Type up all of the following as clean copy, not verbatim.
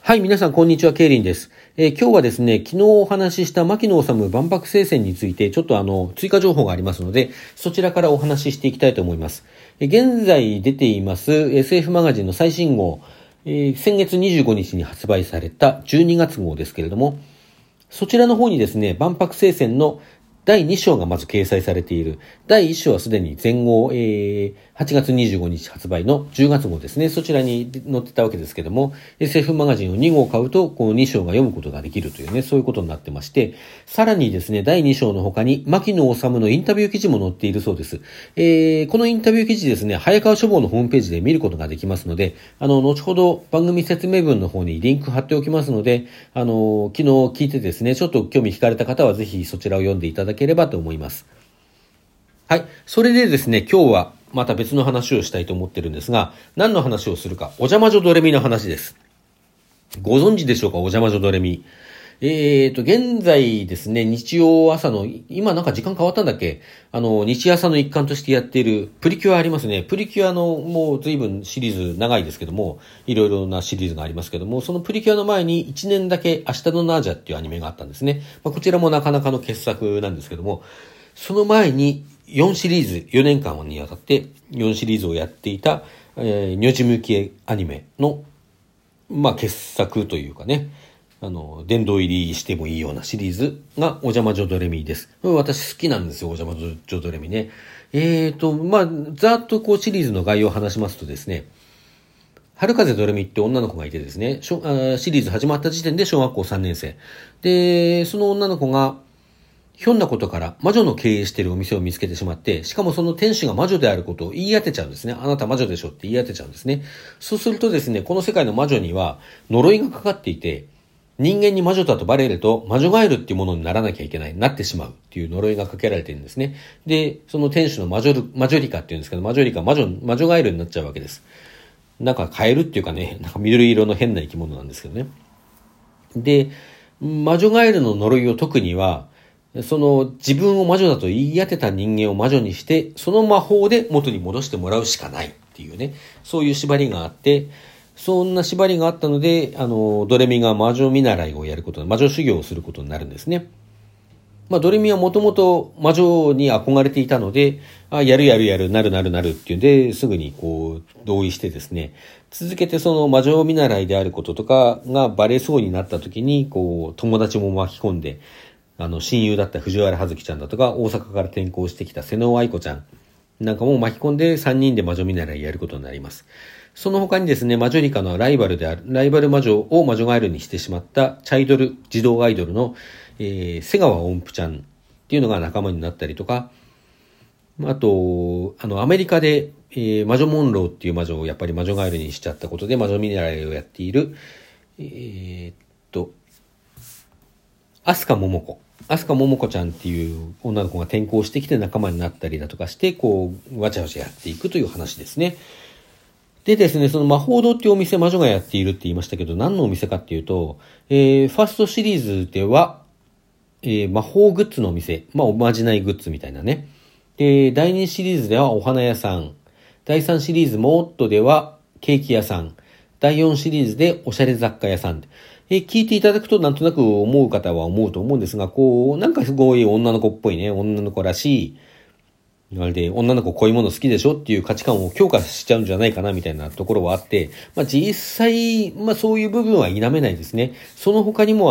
はい、皆さん、こんにちは、ケイリンです。今日はですね、昨日お話しした牧野治万博聖戦について、ちょっと追加情報がありますので、そちらからお話ししていきたいと思います。現在出ています SF マガジンの最新号、先月25日に発売された12月号ですけれども、そちらの方にですね、万博聖戦の第2章がまず掲載されている。第1章はすでに前後、8月25日発売の10月号ですね。そちらに載ってたわけですけども、SF マガジンを2号買うと、この2章が読むことができるというね、そういうことになってまして、さらにですね、第2章の他に、牧野治のインタビュー記事も載っているそうです。このインタビュー記事ですね、早川書房のホームページで見ることができますので、後ほど番組説明文の方にリンク貼っておきますので、昨日聞いてですね、ちょっと興味惹かれた方はぜひそちらを読んでいただければと思います。はい。それでですね、今日はまた別の話をしたいと思ってるんですが、何の話をするか、お邪魔女ドレミの話です。ご存知でしょうか、お邪魔女ドレミ。現在ですね、日曜朝の、今なんか時間変わったんだっけ？日朝の一環としてやっているプリキュアありますね。プリキュアのもう随分シリーズ長いですけども、いろいろなシリーズがありますけども、そのプリキュアの前に1年だけ明日のナージャっていうアニメがあったんですね。こちらもなかなかの傑作なんですけども、その前に4シリーズ、4年間にわたって4シリーズをやっていた、如字向きアニメの、傑作というかね、殿堂入りしてもいいようなシリーズがお邪魔女ドレミです。私好きなんですよ、お邪魔女ドレミね。ざっとこうシリーズの概要を話しますとですね、春風ドレミって女の子がいてですね、シリーズ始まった時点で小学校3年生。で、その女の子が、ひょんなことから魔女の経営しているお店を見つけてしまって、しかもその店主が魔女であることを言い当てちゃうんですね。あなた魔女でしょって言い当てちゃうんですね。そうするとですね、この世界の魔女には呪いがかかっていて、人間に魔女だとバレると魔女ガエルっていうものにならなきゃいけない、なってしまうっていう呪いがかけられてるんですね。で、その店主の魔女リカっていうんですけど、魔女リカ、魔女ガエルになっちゃうわけです。なんかカエルっていうかね、なんか緑色の変な生き物なんですけどね。で、魔女ガエルの呪いを解くには、その自分を魔女だと言い当てた人間を魔女にして、その魔法で元に戻してもらうしかないっていうね、そういう縛りがあって、そんな縛りがあったので、ドレミが魔女見習いをやること、魔女修行をすることになるんですね。ドレミはもともと魔女に憧れていたので、やる、なるっていうんで、すぐにこう、同意してですね、続けてその魔女見習いであることとかがバレそうになった時に、こう、友達も巻き込んで、親友だった藤原葉月ちゃんだとか、大阪から転校してきた瀬能愛子ちゃんなんかも巻き込んで3人で魔女見習いやることになります。その他にですね、魔女リカのライバル魔女を魔女ガエルにしてしまったチャイドル、児童アイドルの、瀬川音符ちゃんっていうのが仲間になったりとか、あと、アメリカで、魔女モンローっていう魔女をやっぱり魔女ガエルにしちゃったことで魔女見習いをやっている、飛鳥桃子ちゃんっていう女の子が転校してきて仲間になったりだとかして、こう、わちゃわちゃやっていくという話ですね。でですね、その魔法堂っていうお店、魔女がやっているって言いましたけど、何のお店かっていうと、ファーストシリーズでは、魔法グッズのお店、おまじないグッズみたいなね。で、第2シリーズではお花屋さん。第3シリーズモーットではケーキ屋さん。第4シリーズでおしゃれ雑貨屋さん。聞いていただくとなんとなく思う方は思うと思うんですが、こう、なんかすごい女の子っぽいね、女の子らしい、あれで、女の子こういうもの好きでしょっていう価値観を強化しちゃうんじゃないかなみたいなところはあって、実際、そういう部分は否めないですね。その他にも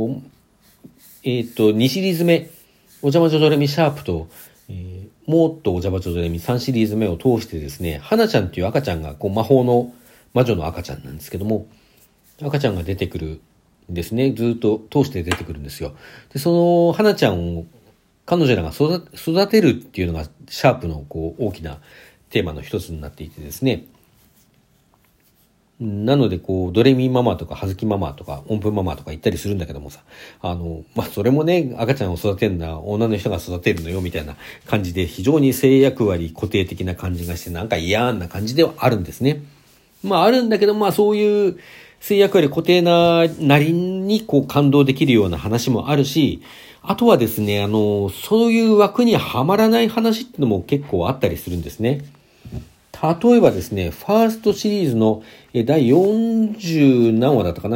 2シリーズ目、お邪魔女ドレミシャープと、もっとお邪魔女ドレミ3シリーズ目を通してですね、花ちゃんっていう赤ちゃんが、こう魔法の魔女の赤ちゃんなんですけども、赤ちゃんが出てくるんですね。ずっと通して出てくるんですよ。で、その花ちゃんを彼女らが育てるっていうのがシャープのこう大きなテーマの一つになっていてですね。なのでこうドレミママとかハズキママとか音符ママとか言ったりするんだけどもさ、それもね、赤ちゃんを育てるのは女の人が育てるのよみたいな感じで非常に性役割固定的な感じがしてなんか嫌な感じではあるんですね。あるんだけどそういう性役割固定なりにこう感動できるような話もあるし、あとはですね、そういう枠にはまらない話っていうのも結構あったりするんですね。 例えばですね、ファーストシリーズの第40何話だったかな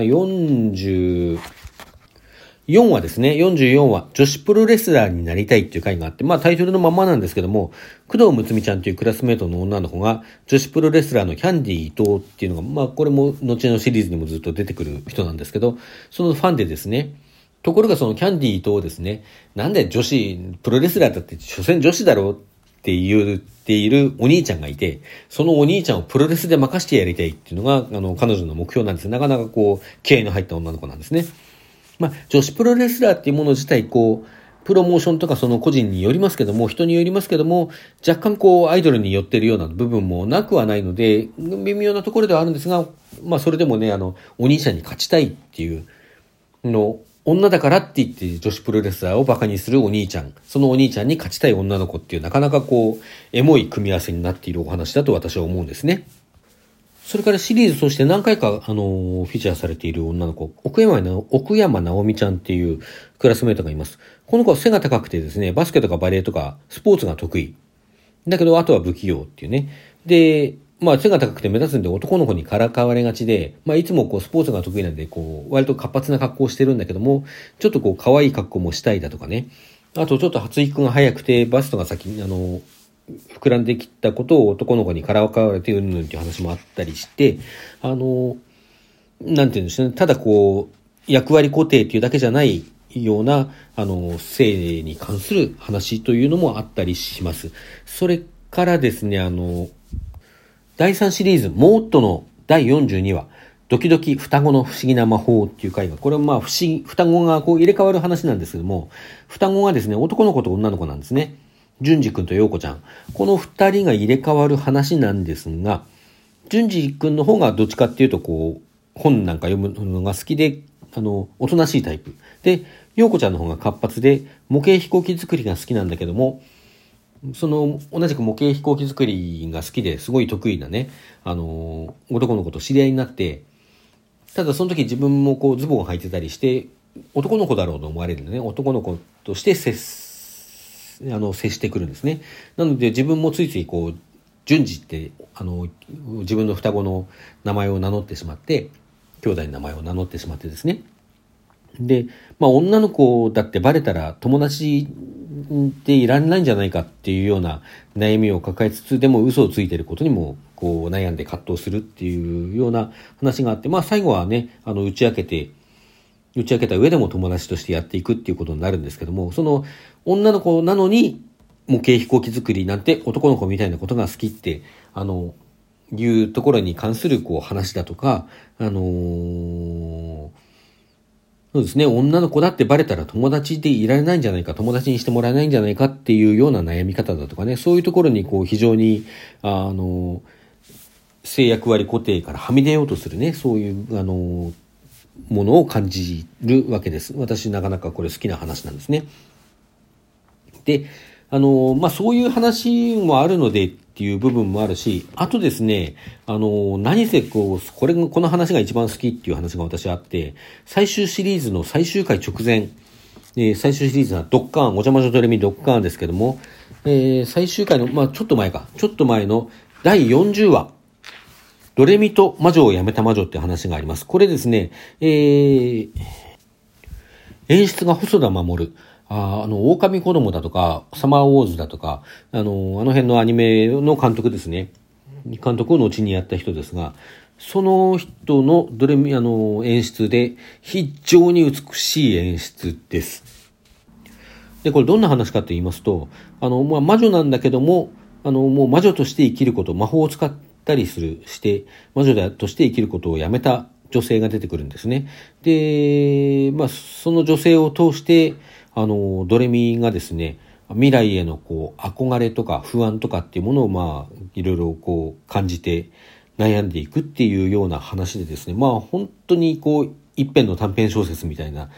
?44 話ですね。44話、女子プロレスラーになりたいっていう回があって、タイトルのまんまなんですけども、工藤むつみちゃんというクラスメートの女の子が、女子プロレスラーのキャンディー伊藤っていうのが、これも後のシリーズにもずっと出てくる人なんですけど、そのファンでですね、ところがそのキャンディー伊藤をですね、なんで女子、プロレスラーだって所詮女子だろうって言っているお兄ちゃんがいて、そのお兄ちゃんをプロレスで任してやりたいっていうのが、彼女の目標なんです。なかなか気合の入った女の子なんですね。女子プロレスラーっていうもの自体、プロモーションとかその個人によりますけども、人によりますけども、若干アイドルに寄ってるような部分もなくはないので、微妙なところではあるんですが、それでもね、お兄ちゃんに勝ちたいっていうの、女だからって言って女子プロレスラーをバカにするお兄ちゃん、そのお兄ちゃんに勝ちたい女の子っていうなかなかエモい組み合わせになっているお話だと私は思うんですね。それからシリーズとして何回か、フィーチャーされている女の子、奥山直美ちゃんっていうクラスメートがいます。この子は背が高くてですね、バスケとかバレーとかスポーツが得意。だけど、あとは不器用っていうね。で、背が高くて目立つんで男の子にからかわれがちで、いつもスポーツが得意なんで、割と活発な格好をしてるんだけども、ちょっと可愛い格好もしたいだとかね。あとちょっと発育が早くて、バストが先に、膨らんできたことを男の子にからかわれてうんぬんっていう話もあったりして、なんて言うんでしょうね。ただ役割固定っていうだけじゃないような、性に関する話というのもあったりします。それからですね、第3シリーズ、モーットの第42話、ドキドキ双子の不思議な魔法っていう回が、これは双子が入れ替わる話なんですけども、双子がですね、男の子と女の子なんですね。淳二君と陽子ちゃん。この二人が入れ替わる話なんですが、淳二君の方がどっちかっていうと本なんか読むのが好きで、おとなしいタイプ。で、陽子ちゃんの方が活発で、模型飛行機作りが好きなんだけども、同じく模型飛行機作りが好きですごい得意なね、男の子と知り合いになって、ただその時自分もズボンを履いてたりして、男の子だろうと思われるんでね、男の子として接してくるんですね。なので自分もついつい順次って自分の双子の名前を名乗ってしまって、兄弟の名前を名乗ってしまってですね。で、女の子だってバレたら友達でいられないんじゃないかっていうような悩みを抱えつつ、でも嘘をついていることにも悩んで葛藤するっていうような話があって、最後はね、打ち明けた上でも友達としてやっていくっていうことになるんですけども、その女の子なのに模型飛行機作りなんて男の子みたいなことが好きっていうところに関する話だとか、そうですね、女の子だってバレたら友達でいられないんじゃないか、友達にしてもらえないんじゃないかっていうような悩み方だとかね、そういうところに非常に性役割固定からはみ出ようとするね、そういうものを感じるわけです。私なかなかこれ好きな話なんですね。で、そういう話もあるのでっていう部分もあるし、あとですね、何せこの話が一番好きっていう話が私あって、最終シリーズの最終回直前、最終シリーズはドッカーン、お邪魔女ドレミドッカーンですけども、最終回の、ちょっと前の第40話、ドレミと魔女をやめた魔女って話があります。これですね、演出が細田守。狼子供だとか、サマーウォーズだとか、あの辺のアニメの監督ですね。監督を後にやった人ですが、その人の演出で非常に美しい演出です。で、これどんな話かと言いますと、魔女なんだけども、もう魔女として生きること、魔法を使ったりして、魔女として生きることをやめた女性が出てくるんですね。で、その女性を通して、ドレミがですね、未来への憧れとか不安とかっていうものをいろいろ感じて悩んでいくっていうような話でですね、本当に一編の短編小説みたいな、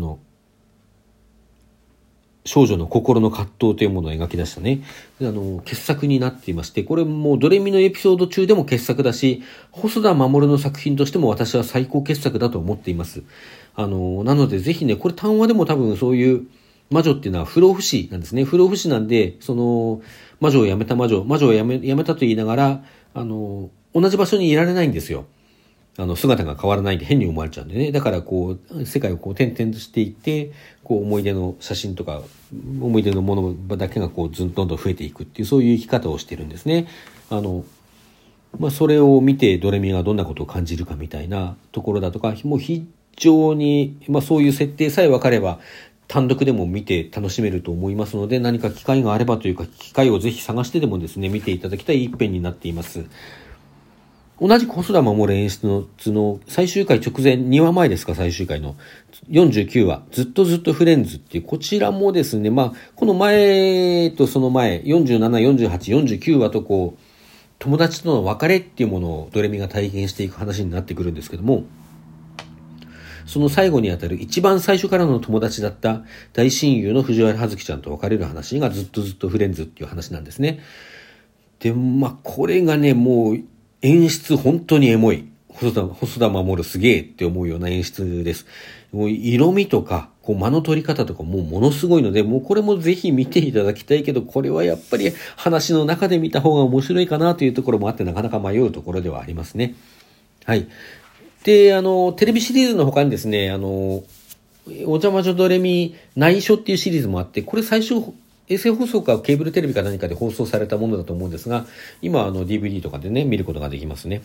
少女の心の葛藤というものを描き出したね、傑作になっていまして、これもドレミのエピソード中でも傑作だし、細田守の作品としても私は最高傑作だと思っています。なのでぜひね、これ単話でも多分そういう魔女っていうのは不老不死なんですね。不老不死なんで、魔女を辞めた魔女を辞めたと言いながら、同じ場所にいられないんですよ。姿が変わらないで変に思われちゃうんでね。だから世界を転々としていって、思い出の写真とか、思い出のものだけがどんどん増えていくっていう、そういう生き方をしてるんですね。それを見てドレミがどんなことを感じるかみたいなところだとか、もう非常に、そういう設定さえ分かれば、単独でも見て楽しめると思いますので、何か機会があればというか、機会をぜひ探してでもですね、見ていただきたい一編になっています。同じく細田守演出の最終回直前2話前ですか、最終回の49話、ずっとフレンズっていう、こちらもですね、この前とその前、47、48、49話と友達との別れっていうものをドレミが体験していく話になってくるんですけども、その最後にあたる一番最初からの友達だった大親友の藤原葉月ちゃんと別れる話がずっとフレンズっていう話なんですね。で、これがね、もう演出本当にエモい。細田守すげえって思うような演出です。もう色味とか、間の取り方とかものすごいので、もうこれもぜひ見ていただきたいけど、これはやっぱり話の中で見た方が面白いかなというところもあってなかなか迷うところではありますね。はい。で、テレビシリーズの他にですね、お邪魔女ドレミ内緒っていうシリーズもあって、これ最初、衛星放送かケーブルテレビか何かで放送されたものだと思うんですが、今DVD とかでね、見ることができますね。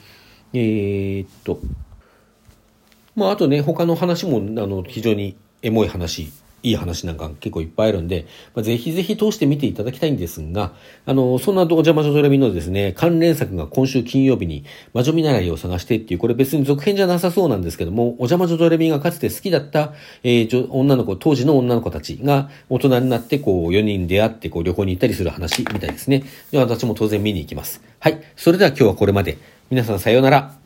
あとね、他の話も非常にエモい話、いい話なんか結構いっぱいあるんで、ぜひぜひ通して見ていただきたいんですが、そんなお邪魔女ドレミのですね、関連作が今週金曜日に魔女見習いを探してっていう、これ別に続編じゃなさそうなんですけども、お邪魔女ドレミがかつて好きだった、当時の女の子たちが大人になって4人出会って旅行に行ったりする話みたいですね。で、私も当然見に行きます。はい。それでは今日はこれまで。皆さんさようなら。